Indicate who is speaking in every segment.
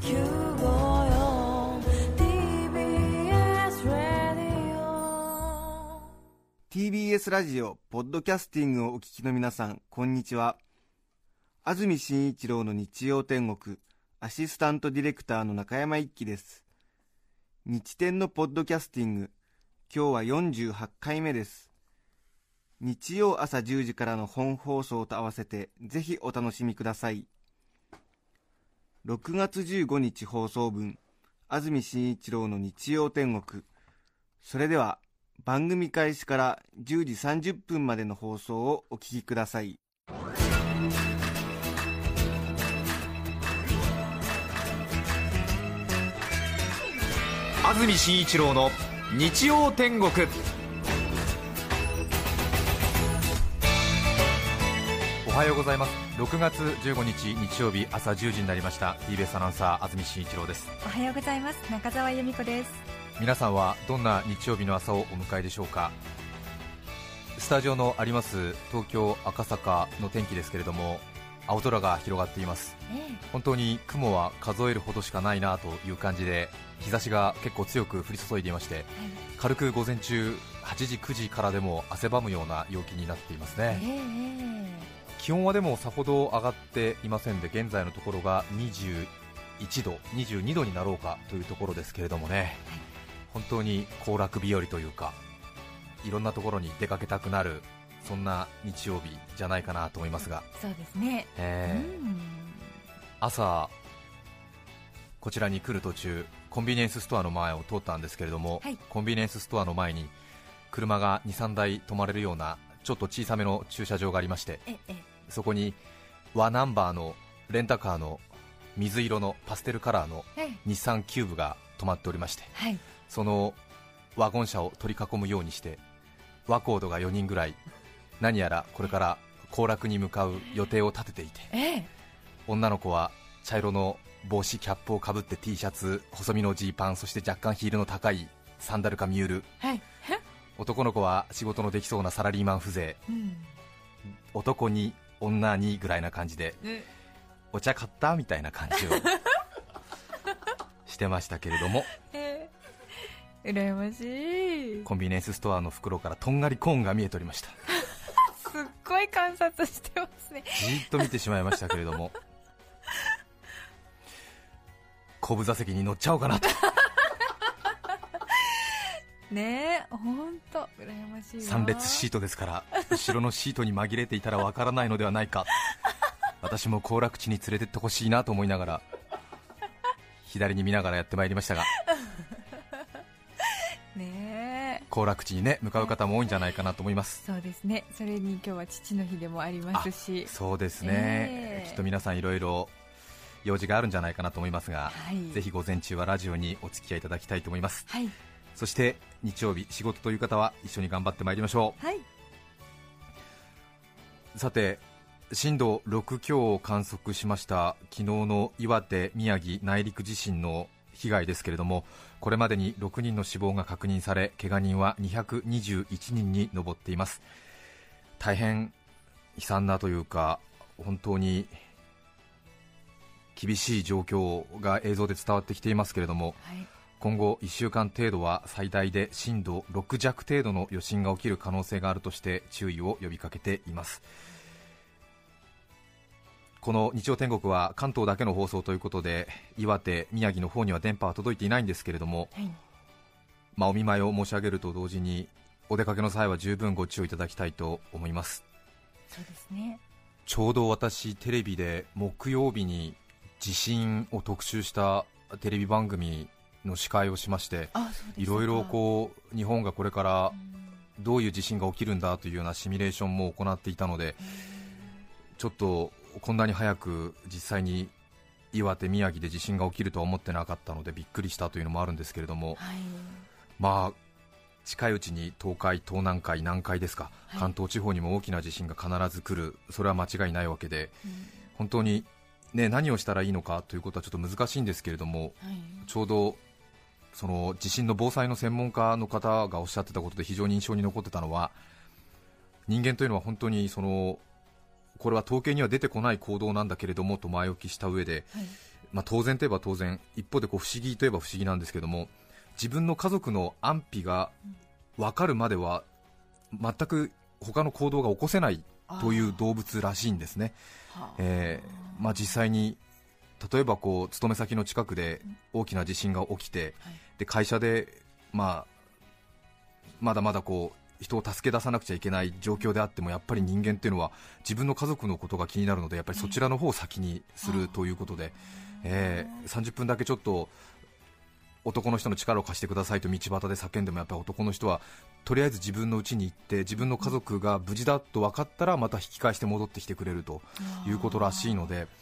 Speaker 1: TBS ラジオポッドキャスティングをお聞きの皆さん、こんにちは。安住紳一郎の日曜天国、アシスタントディレクターの中山一輝です。日天のポッドキャスティング、今日は48回目です。日曜朝10時からの本放送と合わせてぜひお楽しみください。6月15日放送分、安住紳一郎の日曜天国。それでは番組開始から10時30分までの放送をお聞きください。
Speaker 2: 安住紳一郎の日曜天国。おはようございます。6月15日日曜日朝10時になりました。 TBS アナウンサー安住紳一郎です。
Speaker 3: おはようございます。中澤由美子です。
Speaker 2: 皆さんはどんな日曜日の朝をお迎えでしょうか。スタジオのあります東京赤坂の天気ですけれども、青空が広がっています。本当に雲は数えるほどしかないなという感じで、日差しが結構強く降り注いでいまして、軽く午前中8時9時からでも汗ばむような陽気になっていますね。気温はでもさほど上がっていませんで、現在のところが21度22度になろうかというところですけれどもね、本当に行楽日和というか、いろんなところに出かけたくなる、そんな日曜日じゃないかなと思いますが。
Speaker 3: そうですね、
Speaker 2: 朝こちらに来る途中、コンビニエンスストアの前を通ったんですけれども、コンビニエンスストアの前に車が 2,3 台止まれるようなちょっと小さめの駐車場がありまして、そこに和ナンバーのレンタカーの水色のパステルカラーの日産キューブが止まっておりまして、そのワゴン車を取り囲むようにしてワコードが4人ぐらい、何やらこれから行楽に向かう予定を立てていて、女の子は茶色の帽子キャップをかぶって T シャツ、細身のジーパン、そして若干ヒールの高いサンダルかミュール、男の子は仕事のできそうなサラリーマン風情、男に女にぐらいな感じで、お茶買ったみたいな感じをしてましたけれども、
Speaker 3: 羨ましい。
Speaker 2: コンビニエンスストアの袋からとんがりコーンが見えておりました。
Speaker 3: すっごい観察してますね。
Speaker 2: じーっと見てしまいましたけれども後部座席に乗っちゃおうかなと
Speaker 3: ねえ、ほんと羨ましいわ。
Speaker 2: 3列シートですから、後ろのシートに紛れていたらわからないのではないか私も行楽地に連れてってほしいなと思いながら左に見ながらやってまいりましたが
Speaker 3: ねえ、
Speaker 2: 行楽地にね向かう方も多いんじゃないかなと思います。
Speaker 3: そうですね。それに今日は父の日でもありますし。
Speaker 2: そうですね、きっと皆さんいろいろ用事があるんじゃないかなと思いますが、ぜひ午前中はラジオにお付き合いいただきたいと思います。そして日曜日仕事という方は一緒に頑張ってまいりましょう。さて、震度6強を観測しました昨日の岩手、宮城内陸地震の被害ですけれども、これまでに6人の死亡が確認され、怪我人は221人に上っています。大変悲惨なというか、本当に厳しい状況が映像で伝わってきていますけれども、今後1週間程度は最大で震度6弱程度の余震が起きる可能性があるとして注意を呼びかけています。この日曜天国は関東だけの放送ということで、岩手、宮城の方には電波は届いていないんですけれども、お見舞いを申し上げると同時にお出かけの際は十分ご注意いただきたいと思います。
Speaker 3: そうですね。
Speaker 2: ちょうど私テレビで木曜日に地震を特集したテレビ番組の司会をしまして、いろいろ日本がこれからどういう地震が起きるんだというようなシミュレーションも行っていたので、ちょっとこんなに早く実際に岩手、宮城で地震が起きるとは思ってなかったのでびっくりしたというのもあるんですけれども、近いうちに東海、東南海、南海ですか、関東地方にも大きな地震が必ず来る、それは間違いないわけで、本当に、何をしたらいいのかということはちょっと難しいんですけれども、ちょうどその地震の防災の専門家の方がおっしゃってたことで非常に印象に残ってたのは、人間というのは本当にこれは統計には出てこない行動なんだけれどもと前置きした上で、 当然といえば当然、一方で不思議といえば不思議なんですけども、自分の家族の安否が分かるまでは全く他の行動が起こせないという動物らしいんですね。実際に例えば勤め先の近くで大きな地震が起きて、で会社で、まだまだ人を助け出さなくちゃいけない状況であっても、やっぱり人間っていうのは自分の家族のことが気になるので、やっぱりそちらの方を先にするということで、30分だけちょっと男の人の力を貸してくださいと道端で叫んでも、やっぱり男の人はとりあえず自分の家に行って、自分の家族が無事だと分かったらまた引き返して戻ってきてくれるということらしいので、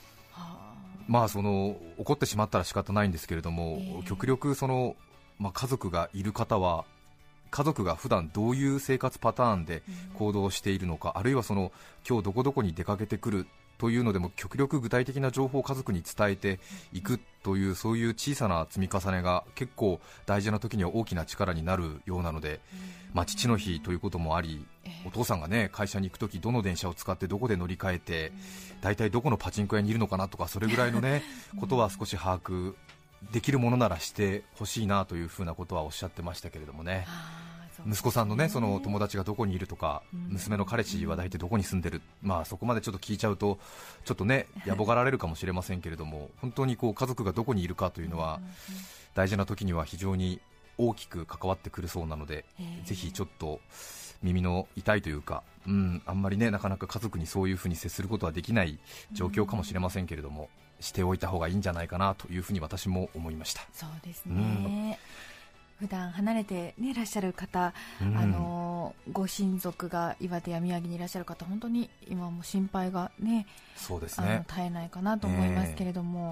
Speaker 2: 怒ってしまったら仕方ないんですけれども、極力家族がいる方は、家族が普段どういう生活パターンで行動しているのか、あるいは今日どこどこに出かけてくるというのでも極力具体的な情報を家族に伝えていくという、そういう小さな積み重ねが結構大事な時には大きな力になるようなので、父の日ということもあり、お父さんが会社に行く時どの電車を使ってどこで乗り換えて、大体どこのパチンコ屋にいるのかなとか、それぐらいのことは少し把握できるものならしてほしいなというふうなことはおっしゃってましたけれどもね。息子さんのその友達がどこにいるとか、娘の彼氏は大体どこに住んでる、そこまでちょっと聞いちゃうとちょっとやぼがられるかもしれませんけれども、本当に家族がどこにいるかというのは大事な時には非常に大きく関わってくるそうなので、ぜひちょっと耳の痛いというか、あんまりなかなか家族にそういうふうに接することはできない状況かもしれませんけれども、しておいた方がいいんじゃないかなというふうに私も思いました。
Speaker 3: そうですね、普段離れて、いらっしゃる方、ご親族が岩手や宮城にいらっしゃる方、本当に今も心配が
Speaker 2: そうですね、
Speaker 3: 絶えないかなと思いますけれども、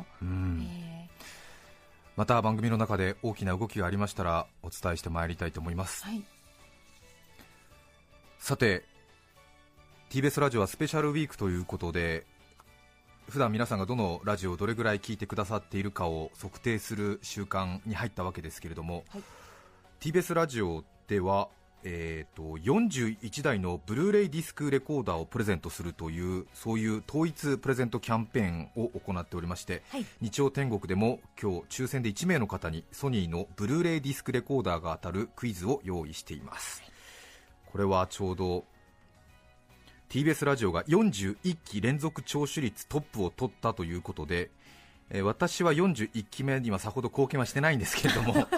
Speaker 2: また番組の中で大きな動きがありましたらお伝えしてまいりたいと思います。さて TBS ラジオはスペシャルウィークということで、普段皆さんがどのラジオをどれぐらい聞いてくださっているかを測定する習慣に入ったわけですけれども、TBS ラジオでは、41台のブルーレイディスクレコーダーをプレゼントするという、そういう統一プレゼントキャンペーンを行っておりまして、日曜天国でも今日抽選で1名の方にソニーのブルーレイディスクレコーダーが当たるクイズを用意しています。これはちょうど TBS ラジオが41期連続聴取率トップを取ったということで、私は41期目にはさほど貢献はしてないんですけれども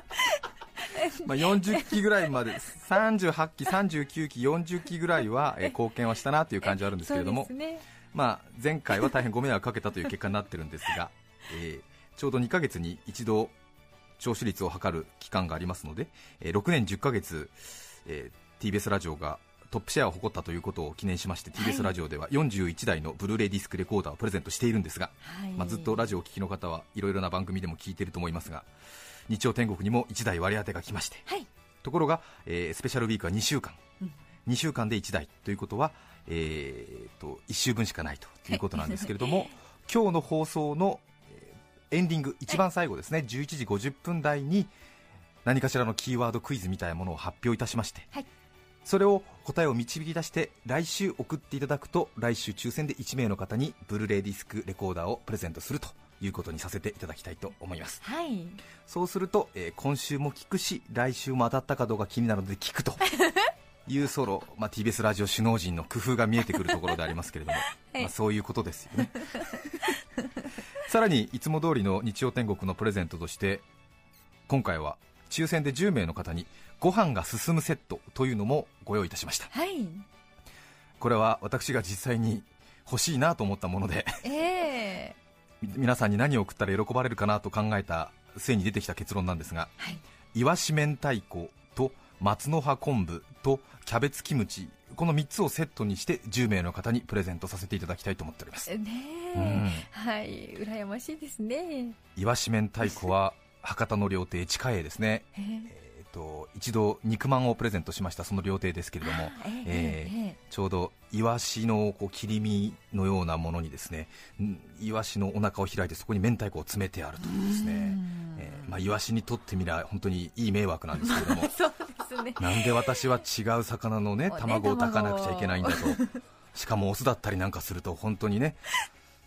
Speaker 2: 40期ぐらいまで、38期、39期、40期ぐらいは、貢献はしたなという感じはあるんですけれども、前回は大変ご迷惑かけたという結果になっているんですが、ちょうど2ヶ月に一度聴取率を測る期間がありますので、6年10ヶ月、TBS ラジオがトップシェアを誇ったということを記念しまして、TBS ラジオでは41台のブルーレイディスクレコーダーをプレゼントしているんですが、ずっとラジオを聴きの方はいろいろな番組でも聞いていると思いますが、日曜天国にも1台割り当てが来まして、ところが、スペシャルウィークは2週間、2週間で1台ということは、1週分しかないということなんですけれども今日の放送のエンディング、一番最後ですね、11時50分台に何かしらのキーワードクイズみたいなものを発表いたしまして、それを答えを導き出して来週送っていただくと、来週抽選で1名の方にブルーレイディスクレコーダーをプレゼントするということにさせていただきたいと思います。そうすると、今週も聞くし来週も当たったかどうか気になるので聞くというソロ、TBS ラジオ首脳陣の工夫が見えてくるところでありますけれども、そういうことですよねさらにいつも通りの日曜天国のプレゼントとして、今回は抽選で10名の方にご飯が進むセットというのもご用意いたしました。これは私が実際に欲しいなと思ったもので、皆さんに何を送ったら喜ばれるかなと考えた末に出てきた結論なんですが、いわし明太子と松の葉昆布とキャベツキムチ、この3つをセットにして10名の方にプレゼントさせていただきたいと思っております。
Speaker 3: 羨ましいですね。
Speaker 2: いわし明太子は博多の料亭地下栄ですね、一度肉まんをプレゼントしました、その料亭ですけれども、ちょうどイワシの切り身のようなものにですね、イワシのお腹を開いてそこに明太子を詰めてあるというですね、イワシにとってみれば本当にいい迷惑なんですけれども
Speaker 3: そうですね、
Speaker 2: なんで私は違う魚の卵を炊かなくちゃいけないんだとしかもオスだったりなんかすると本当にね、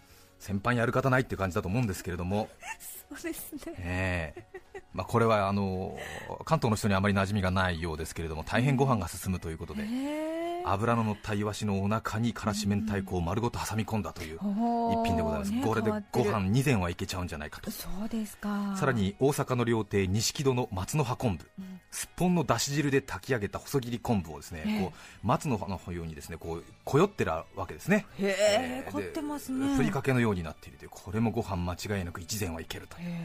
Speaker 2: 先般やる方ないっていう感じだと思うんですけれども
Speaker 3: そうですね、
Speaker 2: これは関東の人にあまり馴染みがないようですけれども、大変ご飯が進むということで、油の乗ったイワシのお腹にからし明太子を丸ごと挟み込んだという一品でございます、これでご飯2膳はいけちゃうんじゃないかと。
Speaker 3: そうですか。
Speaker 2: さらに大阪の料亭錦戸の松の葉昆布、すっぽんのだし汁で炊き上げた細切り昆布をですね、こう松の葉のようにですね、こうこよってるわけですね。
Speaker 3: 凝ってますね。
Speaker 2: ふりかけのようになっているという、これもご飯間違いなく1膳はいけるという。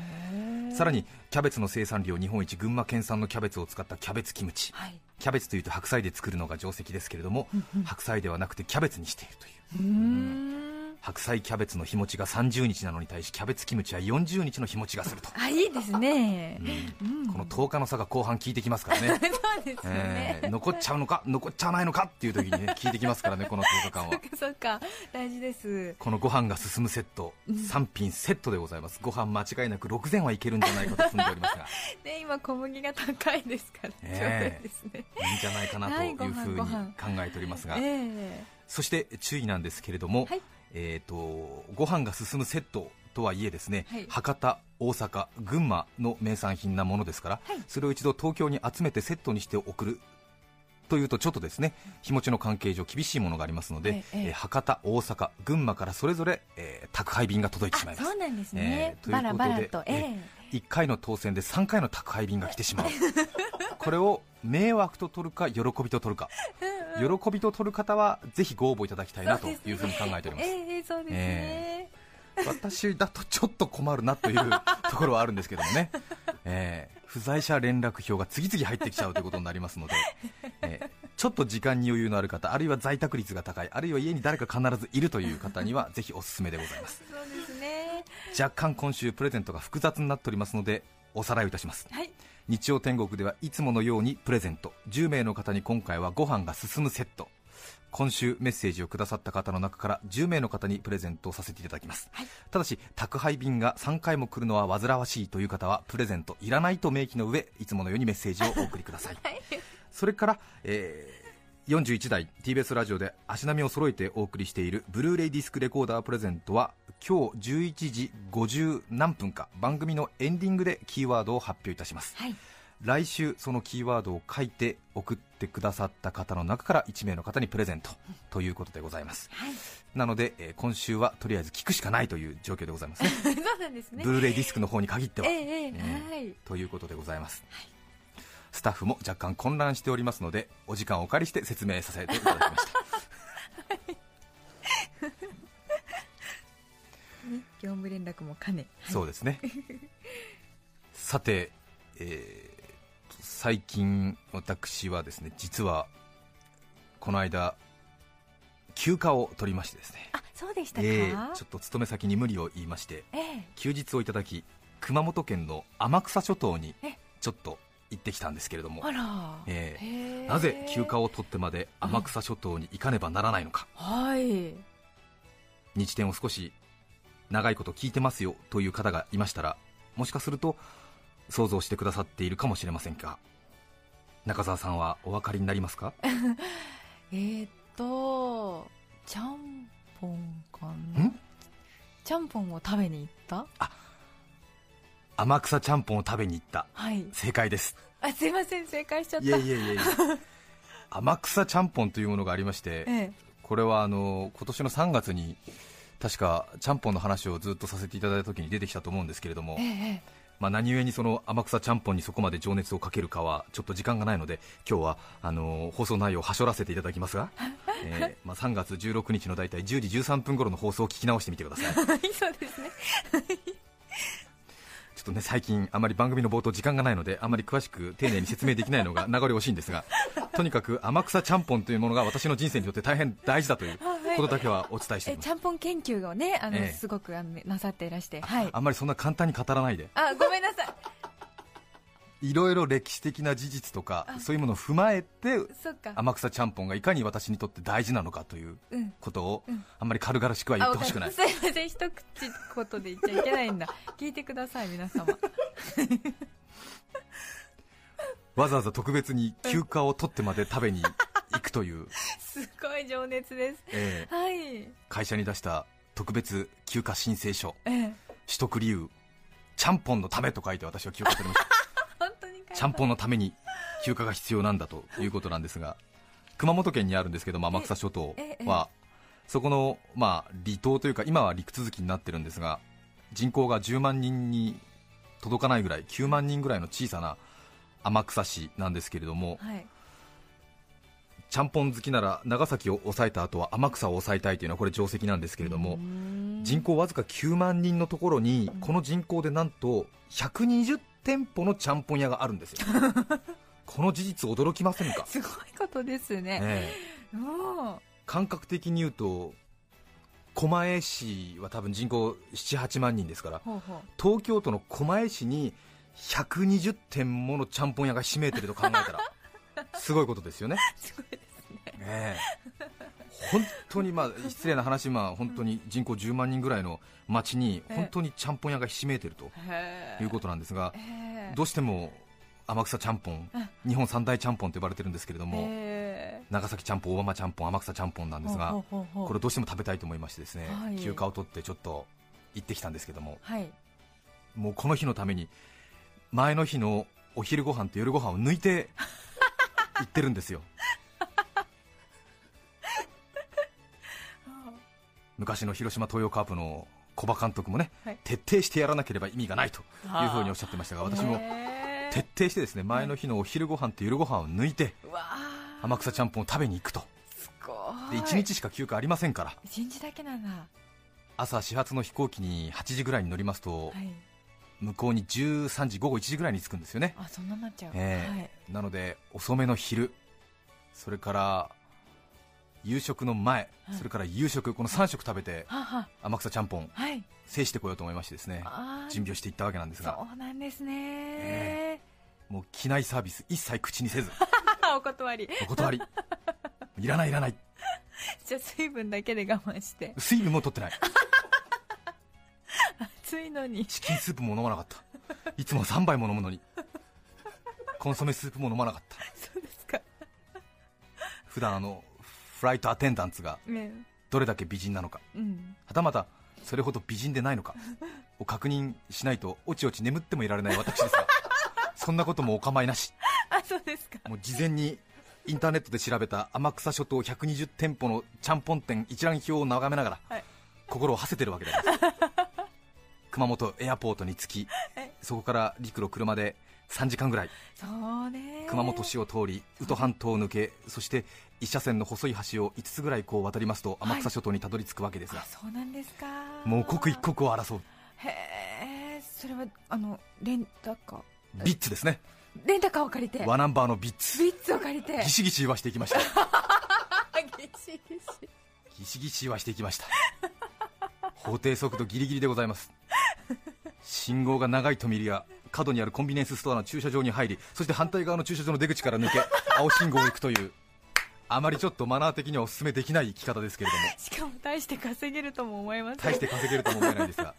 Speaker 2: さらにキャベツの生産量日本一、群馬県産のキャベツを使ったキャベツキムチ、キャベツというと白菜で作るのが定石ですけれども、白菜ではなくてキャベツにしているという。白菜キャベツの日持ちが30日なのに対しキャベツキムチは40日の日持ちがすると。
Speaker 3: いいですね、
Speaker 2: この10日の差が後半効いてきますからね
Speaker 3: そうですよね、
Speaker 2: 残っちゃうのか残っちゃわないのかっていう時にね効いてきますからね、この10日間は。
Speaker 3: そうか、大事です。
Speaker 2: このご飯が進むセット、3品セットでございます。ご飯間違いなく6膳はいけるんじゃないかと踏んでおりますが
Speaker 3: ね、今小麦が高いですから、ですね、
Speaker 2: いいんじゃないかなというふうに考えておりますが、そして注意なんですけれども、ご飯が進むセットとはいえですね、博多、大阪、群馬の名産品なものですから、それを一度東京に集めてセットにして送るというとちょっとですね、日持ちの関係上厳しいものがありますので、博多、大阪、群馬からそれぞれ、宅配便が届いてしまいます。
Speaker 3: そうなんですね、
Speaker 2: ということで
Speaker 3: バラバラと、
Speaker 2: 1回の当選で3回の宅配便が来てしまうこれを迷惑と取るか喜びと取るか、喜びと取る方はぜひご応募いただきたいなというふうに考えております。
Speaker 3: そうですね、
Speaker 2: 私だとちょっと困るなというところはあるんですけどもね、不在者連絡票が次々入ってきちゃうということになりますので、ちょっと時間に余裕のある方、あるいは在宅率が高い、あるいは家に誰か必ずいるという方にはぜひおすすめでございます。
Speaker 3: そうですね、
Speaker 2: 若干今週プレゼントが複雑になっておりますのでおさらいをいたします。日曜天国ではいつものようにプレゼント、10名の方に今回はご飯が進むセット、今週メッセージをくださった方の中から10名の方にプレゼントをさせていただきます、ただし宅配便が3回も来るのは煩わしいという方はプレゼントいらないと明記の上、いつものようにメッセージをお送りください、それから、41台 TBS ラジオで足並みを揃えてお送りしているブルーレイディスクレコーダープレゼントは今日11時50何分か番組のエンディングでキーワードを発表いたします、来週そのキーワードを書いて送ってくださった方の中から1名の方にプレゼントということでございます、なので、今週はとりあえず聞くしかないという状況でございますね
Speaker 3: そうなんですね、
Speaker 2: ブルーレイディスクの方に限っては、ということでございます、スタッフも若干混乱しておりますのでお時間をお借りして説明させていただきました
Speaker 3: 業務連絡も兼ね、
Speaker 2: そうですねさて、最近私はですね、実はこの間休暇を取りましてですね、
Speaker 3: そうでしたか、
Speaker 2: ちょっと勤め先に無理を言いまして、休日をいただき熊本県の天草諸島にちょっと行ってきたんですけれども、なぜ休暇を取ってまで天草諸島に行かねばならないのか、日展を少し長いこと聞いてますよという方がいましたら、もしかすると想像してくださっているかもしれませんが、中澤さんはお分かりになりますか？
Speaker 3: ちゃんぽんかな。ちゃんぽんを食べに行った？
Speaker 2: 天草ちゃんぽんを食べに行った、正解です。
Speaker 3: すいません、正解しちゃった。
Speaker 2: いや天草ちゃんぽんというものがありまして、これは今年の3月に確かちゃんぽんの話をずっとさせていただいた時に出てきたと思うんですけれども、何故にその天草ちゃんぽんにそこまで情熱をかけるかはちょっと時間がないので、今日は放送内容をはしょらせていただきますが、3月16日のだいたい10時13分頃の放送を聞き直してみてください。
Speaker 3: そうですね
Speaker 2: ちょっとね、最近あまり番組の冒頭時間がないのであまり詳しく丁寧に説明できないのが名残惜しいんですが、とにかく天草ちゃんぽんというものが私の人生にとって大変大事だということだけはお伝えしています。
Speaker 3: ちゃんぽん研究をね、すごくなさっていらして、
Speaker 2: あんまりそんな簡単に語らないで。
Speaker 3: ごめんなさい。
Speaker 2: いろいろ歴史的な事実とかそういうものを踏まえて、天草ちゃんぽんがいかに私にとって大事なのかということを、あんまり軽々しくは言ってほしくない。
Speaker 3: すいません、一口ことで言っちゃいけないんだ。聞いてください皆様
Speaker 2: わざわざ特別に休暇を取ってまで食べに行くという
Speaker 3: すごい情熱です、
Speaker 2: 会社に出した特別休暇申請書、取得理由ちゃんぽんのためと書いて私は休暇取りました
Speaker 3: 本当に
Speaker 2: ちゃんぽんのために休暇が必要なんだということなんですが、熊本県にあるんですけども、天草諸島はそこの、離島というか今は陸続きになってるんですが、人口が10万人に届かないぐらい、9万人ぐらいの小さな天草市なんですけれども、はい、ちゃんぽん好きなら長崎を抑えた後は天草を抑えたいというのはこれ定石なんですけれども、人口わずか9万人のところにこの人口でなんと120店舗のちゃんぽん屋があるんですよこの事実驚きませんか？
Speaker 3: すごいことですね、
Speaker 2: 感覚的に言うと狛江市は多分人口 7,8 万人ですから、東京都の狛江市に120店ものちゃんぽん屋がひしめいていると考えたらすごいことですよね。
Speaker 3: すごいですね、
Speaker 2: 本当に失礼な話、本当に人口10万人ぐらいの町に本当にちゃんぽん屋がひしめいているということなんですが、どうしても天草ちゃんぽん、日本三大ちゃんぽんと呼ばれてるんですけれども、長崎ちゃんぽん、大浜ちゃんぽん、天草ちゃんぽんなんですが、これをどうしても食べたいと思いましてですね、休暇を取ってちょっと行ってきたんですけども、もうこの日のために前の日のお昼ご飯と夜ご飯を抜いて行ってるんですよ昔の広島東洋カープの小葉監督もね、徹底してやらなければ意味がないというふうにおっしゃってましたが、私も徹底してですね、前の日のお昼ご飯と夜ご飯を抜いて天草ちゃんぽんを食べに行くと。
Speaker 3: すごい。
Speaker 2: で1日しか休暇ありませんから、
Speaker 3: 1日だけなんだ。
Speaker 2: 朝始発の飛行機に8時ぐらいに乗りますと、向こうに13時、午後1時ぐらいに着くんですよね。
Speaker 3: そんなになっちゃう、
Speaker 2: なので遅めの昼、それから夕食の前、それから夕食、この3食食べて天草ちゃんぽん、制してこようと思いましてですね、準備をしていったわけなんですが、
Speaker 3: そうなんですね、
Speaker 2: もう機内サービス一切口にせず
Speaker 3: お断り
Speaker 2: いらないいらない。
Speaker 3: じゃあ水分だけで我慢して。
Speaker 2: 水分も取ってない
Speaker 3: 暑いのに
Speaker 2: チキンスープも飲まなかった。いつも3杯も飲むのにコンソメスープも飲まなかった。
Speaker 3: そうですか。
Speaker 2: 普段フライトアテンダンツがどれだけ美人なのか、はたまたそれほど美人でないのかを確認しないとおちおち眠ってもいられない私ですがそんなこともお構いなし。
Speaker 3: そうですか。
Speaker 2: もう事前にインターネットで調べた天草諸島120店舗のちゃんぽん店一覧表を眺めながら、心を馳せてるわけです熊本エアポートに着き、そこから陸路車で3時間ぐらい、熊本市を通り宇土半島を抜け、そして1車線の細い橋を5つぐらい渡りますと天草諸島にたどり着くわけですが、
Speaker 3: そうなんですか。
Speaker 2: もう刻一刻を争う。
Speaker 3: それはレンタカー、
Speaker 2: ビッツですね。
Speaker 3: レンタカーを借りて、
Speaker 2: ワナンバーのビッツ
Speaker 3: を借りて
Speaker 2: ギシギシ言わしていきました
Speaker 3: ギシ
Speaker 2: ギシ言わしていきました法定速度ギリギリでございます。信号が長いと見るや角にあるコンビニエンスストアの駐車場に入り、そして反対側の駐車場の出口から抜け青信号を行くというあまりちょっとマナー的にはお勧めできない生き方ですけれども、
Speaker 3: しかも大して稼げるとも思えません。
Speaker 2: 大して稼げるとも思えないですが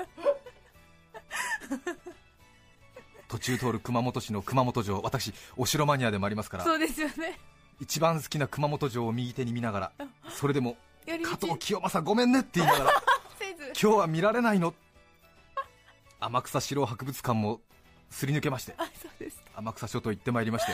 Speaker 2: 途中通る熊本市の熊本城、私お城マニアでもありますから、
Speaker 3: そうですよね。
Speaker 2: 一番好きな熊本城を右手に見ながら、それでも加藤清正ごめんねって言いながら今日は見られないの。天草四郎博物館もすり抜けまして、
Speaker 3: そうですか。
Speaker 2: 天草諸島行ってまいりまして、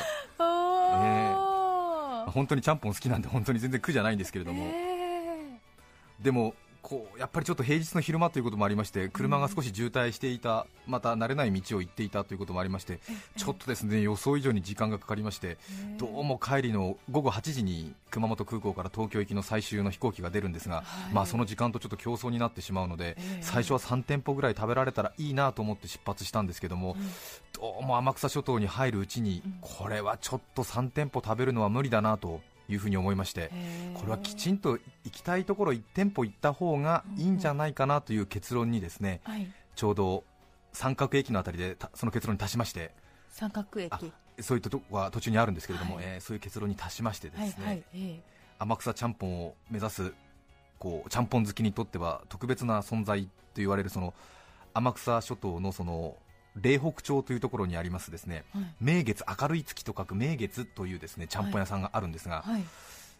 Speaker 2: 本当にちゃんぽん好きなんで本当に全然苦じゃないんですけれども、でもやっぱりちょっと平日の昼間ということもありまして、車が少し渋滞していた、また慣れない道を行っていたということもありまして、ちょっとですね予想以上に時間がかかりまして、どうも帰りの午後8時に熊本空港から東京行きの最終の飛行機が出るんですが、その時間とちょっと競争になってしまうので、最初は3店舗ぐらい食べられたらいいなと思って出発したんですけども、どうも天草諸島に入るうちに、これはちょっと3店舗食べるのは無理だなというふうに思いまして、これはきちんと行きたいところ1店舗行った方がいいんじゃないかなという結論にですね、ちょうど三角駅のあたりでその結論に達しまして、
Speaker 3: 三角駅、
Speaker 2: そういったところが途中にあるんですけれども、そういう結論に達しましてですね、天草ちゃんぽんを目指すちゃんぽん好きにとっては特別な存在と言われるその天草諸島のその嶺北町というところにありますですね、明月、明るい月と書く明月というですねちゃんぽん屋さんがあるんですが、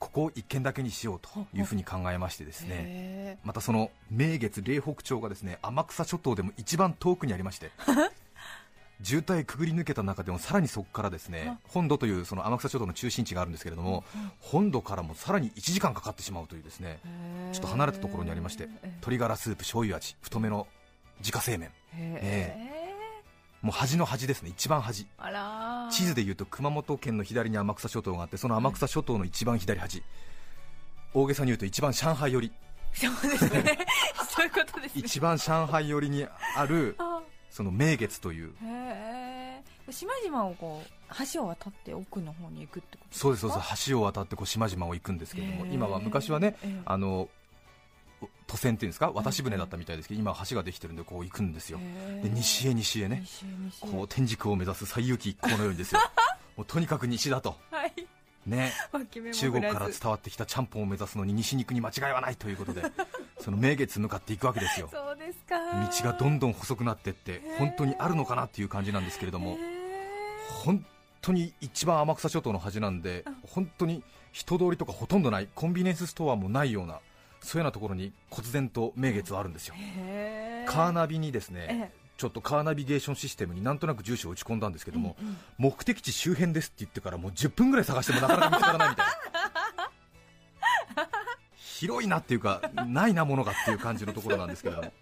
Speaker 2: ここを一軒だけにしようというふうに考えましてですね、またその名月嶺北町がですね、天草諸島でも一番遠くにありまして渋滞くぐり抜けた中でもさらにそこからですね、本土というその天草諸島の中心地があるんですけれども、本土からもさらに1時間かかってしまうというですね、ちょっと離れたところにありまして、鶏ガラスープ醤油味太めの自家製麺、もう端の端ですね、一番端。地図でいうと熊本県の左に天草諸島があって、その天草諸島の一番左端、大げさに言うと一番上海寄り、
Speaker 3: そうですねそういうことですね、
Speaker 2: 一番上海寄りにあるその名月という、
Speaker 3: 島々をこう橋を渡って奥の方に行くってことですか？
Speaker 2: そうです、そうです。橋を渡ってこう島々を行くんですけれども、今は昔はね、渡船っていうんですか、渡し船だったみたいですけど、今は橋ができてるんでこう行くんですよ。で西へ西へね、こう天竺を目指す西遊記一行のようにですよもうとにかく西だと、ね、中国から伝わってきたちゃんぽんを目指すのに西に行くに間違いはないということでその名月向かっていくわけですよ。
Speaker 3: そうですか。
Speaker 2: 道がどんどん細くなっていって本当にあるのかなっていう感じなんですけれども、本当に一番天草諸島の端なんで、本当に人通りとかほとんどない、コンビニエンスストアもないような、そういうようなところに忽然と名月はあるんですよ。カーナビにですね、ちょっとカーナビゲーションシステムになんとなく住所を打ち込んだんですけども、目的地周辺ですって言ってからもう10分ぐらい探してもなかなか見つからないみたいな広いなっていうかないなものがっていう感じのところなんですけど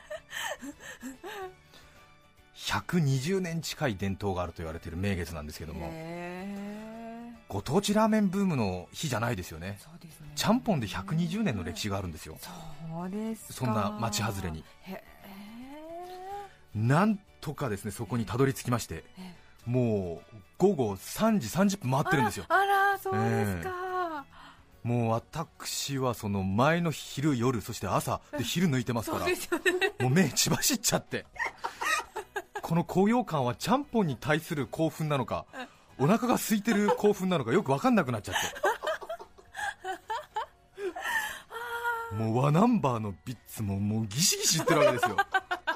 Speaker 2: 120年近い伝統があると言われている名月なんですけども、ご当地ラーメンブームの日じゃないですよね。
Speaker 3: そうですね、
Speaker 2: ちゃんぽんで120年の歴史があるんですよ。
Speaker 3: そうですか。
Speaker 2: そんな町外れになんとかですね、そこにたどり着きまして、もう午後3時30分回ってるんですよ。
Speaker 3: あらそうですか。
Speaker 2: もう私はその前の昼夜そして朝で昼抜いてますから、もう目血走っちゃってこの高揚感はちゃんぽんに対する興奮なのかお腹が空いてる興奮なのかよく分かんなくなっちゃってもう和ナンバーのビッツももうギシギシ言ってるわけですよ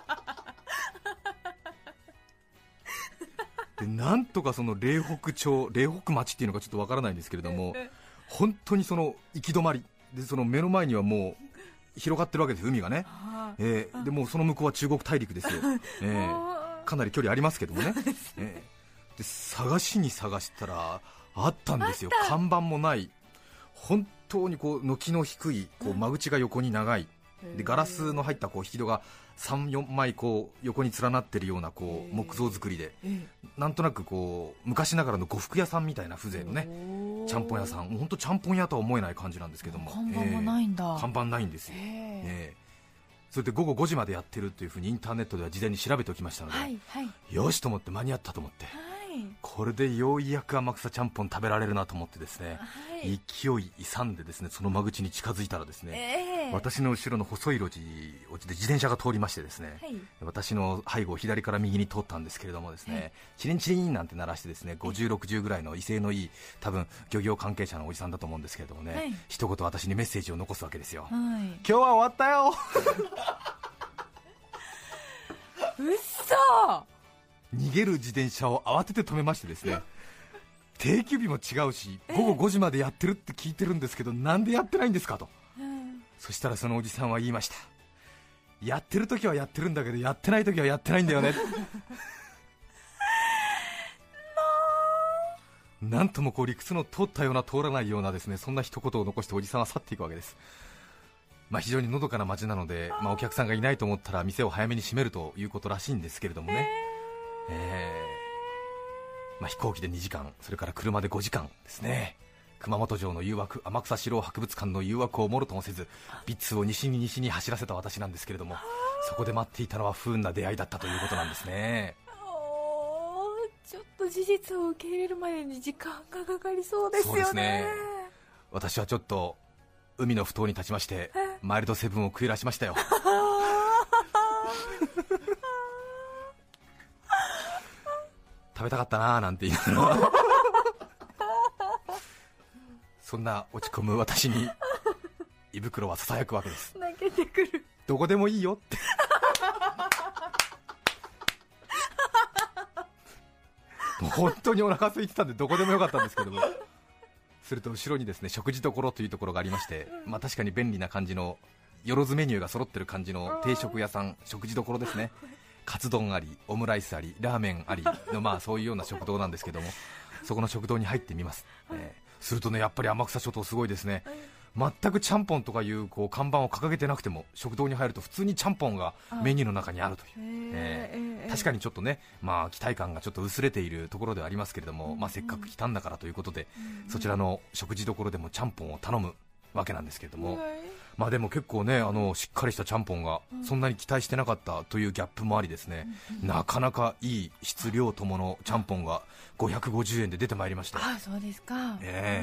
Speaker 2: でなんとかその嶺北町、嶺北町っていうのかちょっと分からないんですけれども、本当にその行き止まりで、その目の前にはもう広がってるわけです、海がね。でもうその向こうは中国大陸ですよ。かなり距離ありますけどもね。で探しに探したらあったんですよ。看板もない、本当にこう軒の低いこう間口が横に長いで、ガラスの入ったこう引き戸が 3,4 枚こう横に連なっているようなこう木造造りで、なんとなくこう昔ながらの呉服屋さんみたいな風情のねちゃんぽん屋さん、本当ちゃんぽん屋とは思えない感じなんですけども、
Speaker 3: 看板もないんだ。
Speaker 2: 看板ないんですよ。それで午後5時までやってるというふうにインターネットでは事前に調べておきましたので、よしと思って、間に合ったと思って、これでようやく天草ちゃんぽん食べられるなと思ってですね、勢い勇んでですねその間口に近づいたらですね、私の後ろの細い路地で自転車が通りましてですね、私の背後を左から右に通ったんですけれどもですね、チリンチリンなんて鳴らしてですね、50、60ぐらいの威勢のいい多分漁業関係者のおじさんだと思うんですけれどもね、一言私にメッセージを残すわけですよ。今日は終わったよ
Speaker 3: うっそ。
Speaker 2: 逃げる自転車を慌てて止めましてですね、定休日も違うし午後5時までやってるって聞いてるんですけど、なんでやってないんですかと、そしたらそのおじさんは言いました。やってる時はやってるんだけどやってない時はやってないんだよねなんともこう理屈の通ったような通らないようなですね、そんな一言を残しておじさんは去っていくわけです。非常にのどかな街なので、お客さんがいないと思ったら店を早めに閉めるということらしいんですけれどもね、飛行機で2時間、それから車で5時間ですね。熊本城の誘惑、天草四郎博物館の誘惑をもろともせずビッツを西に走らせた私なんですけれども、そこで待っていたのは不運な出会いだったということなんですね。
Speaker 3: ちょっと事実を受け入れるまでに時間がかかりそうですよね。
Speaker 2: そうですね。私はちょっと海の埠頭に立ちましてマイルドセブンを食いらしましたよ食べたかったなーなんて言いながらそんな落ち込む私に胃袋はささやくわけです。
Speaker 3: 泣けてくる。
Speaker 2: どこでもいいよってもう本当にお腹空いてたんでどこでもよかったんですけども、 すると後ろにですね食事処というところがありまして、確かに便利な感じのよろずメニューが揃ってる感じの定食屋さん、食事処ですね。カツ丼あり、オムライスあり、ラーメンありのそういうような食堂なんですけども、そこの食堂に入ってみます。するとね、やっぱり天草諸島すごいですね。全くちゃんぽんとかいう看板を掲げてなくても食堂に入ると普通にちゃんぽんがメニューの中にあるという、確かにちょっとね、期待感がちょっと薄れているところではありますけれども、せっかく来たんだからということで、そちらの食事処でもちゃんぽんを頼むわけなんですけれども、でも結構ね、しっかりしたちゃんぽんがそんなに期待してなかったというギャップもありですね、なかなかいい質量とものちゃんぽんが550円で出てまいりました。
Speaker 3: そうですか。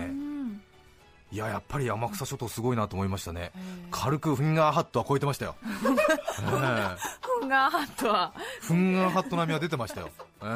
Speaker 2: やっぱり天草諸島すごいなと思いましたね。軽くフィンガーハットは超えてましたよ。
Speaker 3: フィンガーハットは
Speaker 2: フィンガーハット並みは出てましたよ。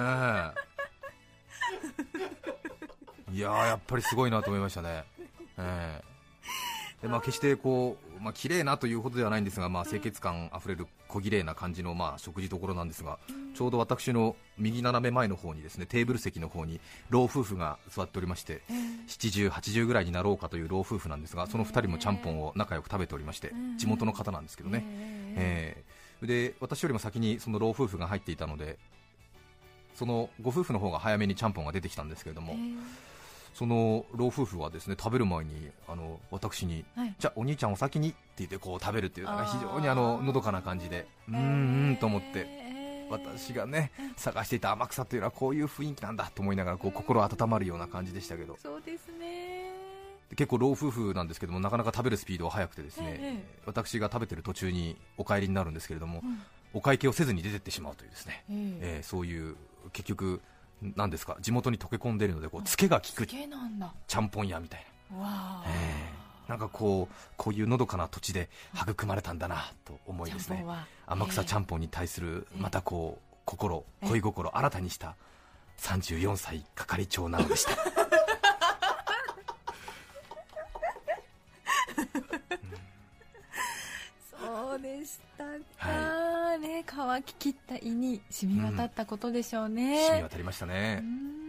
Speaker 2: やっぱりすごいなと思いましたね。で決して綺麗なというほどではないんですが、清潔感あふれる小綺麗な感じの食事処なんですが、ちょうど私の右斜め前の方にですね、テーブル席の方に老夫婦が座っておりまして、70、80ぐらいになろうかという老夫婦なんですが、その2人もちゃんぽんを仲良く食べておりまして、地元の方なんですけどね、で私よりも先にその老夫婦が入っていたので、そのご夫婦の方が早めにちゃんぽんが出てきたんですけれども、その老夫婦はですね、食べる前に私に、じゃあお兄ちゃんお先にって言って食べるっていうのが非常にのどかな感じで、と思って、私がね探していた天草というのはこういう雰囲気なんだと思いながら心温まるような感じでしたけど、
Speaker 3: そうですね。
Speaker 2: 結構老夫婦なんですけども、なかなか食べるスピードが速くてですね、私が食べてる途中にお帰りになるんですけれども、お会計をせずに出てってしまうというですね、そういう結局なんですか、地元に溶け込んでいるのでツケが効くちゃんぽん屋みたいな、なんかこういうのどかな土地で育まれたんだなと思いですね、天草ちゃんぽんに対するまた恋心新たにした34歳係長なのでした
Speaker 3: そうでしたか、乾ききった胃に染み渡ったことでしょうね。
Speaker 2: 染み渡りましたね。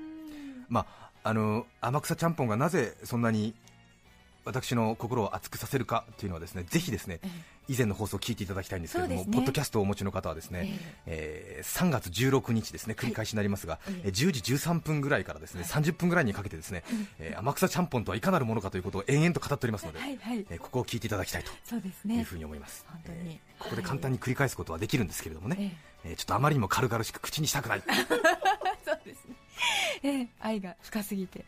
Speaker 2: 天草ちゃんぽんがなぜそんなに私の心を熱くさせるかというのはですね、ぜひですね、以前の放送を聞いていただきたいんですけれども、ポッドキャストをお持ちの方はですね、3月16日ですね、繰り返しになりますが、10時13分ぐらいからですね、30分ぐらいにかけてですね、天草ちゃんぽんとはいかなるものかということを延々と語っておりますので、ここを聞いていただきたいというふうに思います。ここで簡単に繰り返すことはできるんですけれどもね、ちょっとあまりにも軽々しく口にしたくない
Speaker 3: そうですね、愛が深すぎて、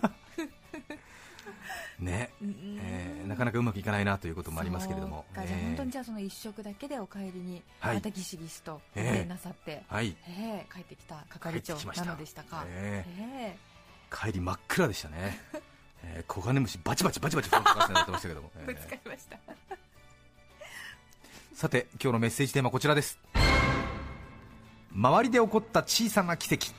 Speaker 2: なかなかうまくいかないなということもありますけれども、
Speaker 3: じゃあ本当にその一食だけでお帰りにまたギシギシとなさって、帰ってきた係長なのでしたか。
Speaker 2: 帰り真っ暗でしたねコガネムシバチバチバチバチとなってましたけども
Speaker 3: ぶつかりました
Speaker 2: さて今日のメッセージテーマはこちらです。周りで起こった小さな奇跡。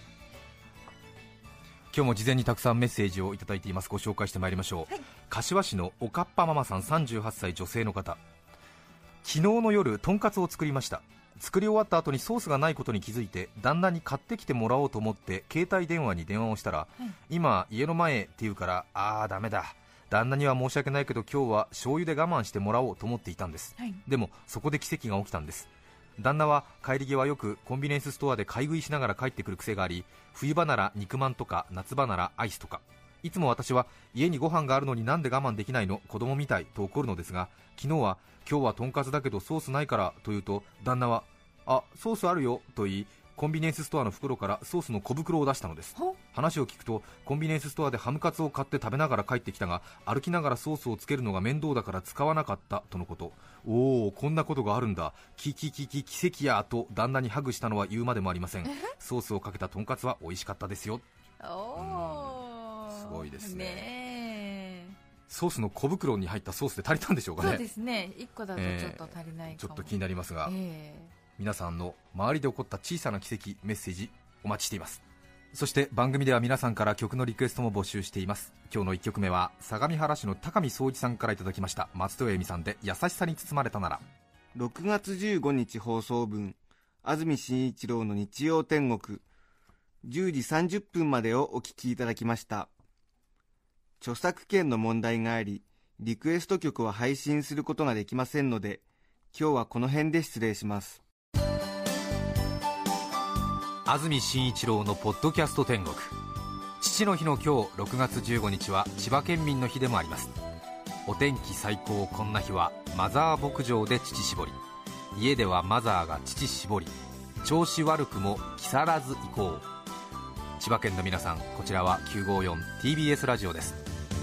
Speaker 2: 今日も事前にたくさんメッセージをいただいています。ご紹介してまいりましょう、柏市のおかっぱママさん、38歳女性の方。昨日の夜とんかつを作りました。作り終わった後にソースがないことに気づいて旦那に買ってきてもらおうと思って携帯電話に電話をしたら、今家の前って言うからダメだ、旦那には申し訳ないけど今日は醤油で我慢してもらおうと思っていたんです、でもそこで奇跡が起きたんです。旦那は帰り際よくコンビニエンスストアで買い食いしながら帰ってくる癖があり、冬場なら肉まんとか夏場ならアイスとか、いつも私は家にご飯があるのになんで我慢できないの、子供みたいと怒るのですが、昨日は今日はとんかつだけどソースないからと言うと、旦那はソースあるよと言い、コンビニエンスストアの袋からソースの小袋を出したのです。話を聞くと、コンビニエンスストアでハムカツを買って食べながら帰ってきたが、歩きながらソースをつけるのが面倒だから使わなかったとのこと。こんなことがあるんだ、奇跡やと旦那にハグしたのは言うまでもありません。ソースをかけたとんかつは美味しかったですよ。すごいですね。ソースの小袋に入ったソースで足りたんでしょうかね。
Speaker 3: そうですね、1個だとちょっと足りないかも、
Speaker 2: ちょっと気になりますが、皆さんの周りで起こった小さな奇跡、メッセージお待ちしています。そして番組では皆さんから曲のリクエストも募集しています。今日の1曲目は相模原市の高見総一さんからいただきました。松任谷由実さんで優しさに包まれたなら。
Speaker 1: 6月15日放送分、安住紳一郎の日曜天国、10時30分までをお聞きいただきました。 著作権の問題があり、リクエスト曲は配信することができませんので、今日はこの辺で失礼します。
Speaker 2: 安住紳一郎のポッドキャスト天国。父の日の今日6月15日は千葉県民の日でもあります。お天気最高こんな日はマザー牧場で乳搾り、家ではマザーが乳搾り、調子悪くも木更津行こう。千葉県の皆さん、こちらは 954TBS ラジオです。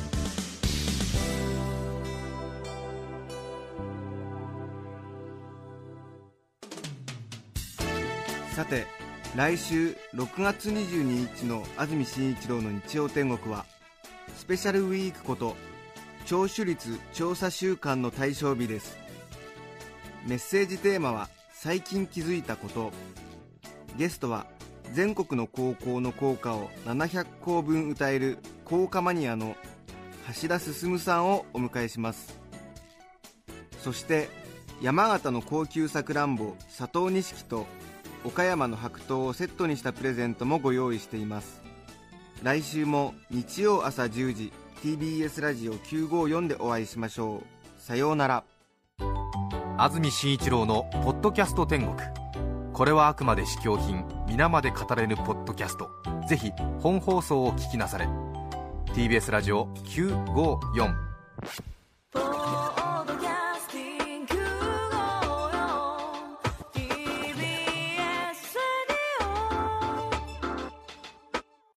Speaker 1: さて、来週6月22日の安住紳一郎の日曜天国はスペシャルウィークこと聴取率調査週間の対象日です。メッセージテーマは最近気づいたこと。ゲストは全国の高校の校歌を700校分歌える校歌マニアの橋田進さんをお迎えします。そして山形の高級さくらんぼ佐藤錦と岡山の白桃をセットにしたプレゼントもご用意しています。来週も日曜朝10時 TBS ラジオ954でお会いしましょう。さようなら。
Speaker 2: 安住紳一郎のポッドキャスト天国。これはあくまで試供品、皆まで語れぬポッドキャスト。ぜひ本放送を聞きなされ。 TBS ラジオ954。